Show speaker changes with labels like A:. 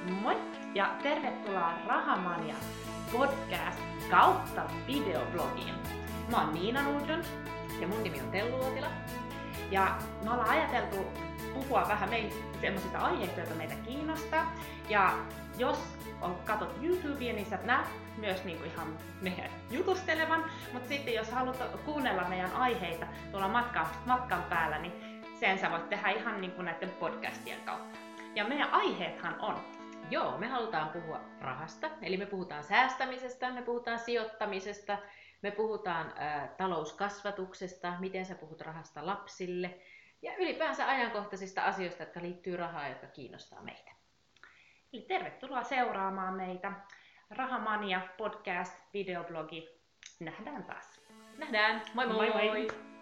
A: Moi ja tervetuloa Rahamania podcast kautta videoblogiin. Mä oon Niina Nordlund
B: ja mun nimi on Tellu Uotila.
A: Ja me ollaan ajateltu puhua vähän sellaisista aiheista, joita meitä kiinnostaa. Ja jos katsot YouTubea, niin sä näet myös ihan meidän jutustelevan. Mutta sitten jos haluat kuunnella meidän aiheita tuolla matkan päällä, niin sen sä voit tehdä ihan näiden podcastien kautta. Ja meidän aiheethan on.
B: Joo, me halutaan puhua rahasta. Eli me puhutaan säästämisestä, me puhutaan sijoittamisesta, me puhutaan talouskasvatuksesta, miten sä puhut rahasta lapsille. Ja ylipäänsä ajankohtaisista asioista, jotka liittyy rahaan, jotka kiinnostaa meitä.
A: Eli tervetuloa seuraamaan meitä. Rahamania podcast, videoblogi. Nähdään taas.
B: Nähdään. Moi moi!
A: Moi moi.